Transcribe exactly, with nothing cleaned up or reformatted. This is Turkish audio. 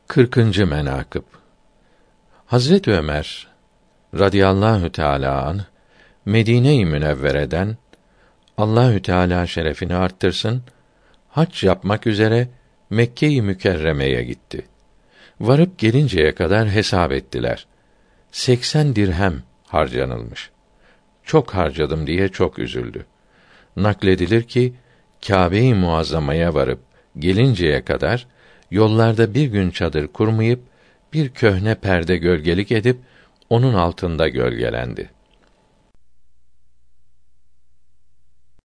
kırkıncı menakıb Hazret Ömer radıyallahu teâlâ anh, Medine-i Münevvere'den Allahü Teala şerefini arttırsın, hac yapmak üzere Mekke-i Mükerreme'ye gitti. Varıp gelinceye kadar hesap ettiler. seksen dirhem harcanılmış. Çok harcadım diye çok üzüldü. Nakledilir ki Kâbe-i Muazzama'ya varıp gelinceye kadar yollarda bir gün çadır kurmayıp bir köhne perde gölgelik edip onun altında gölgelendi.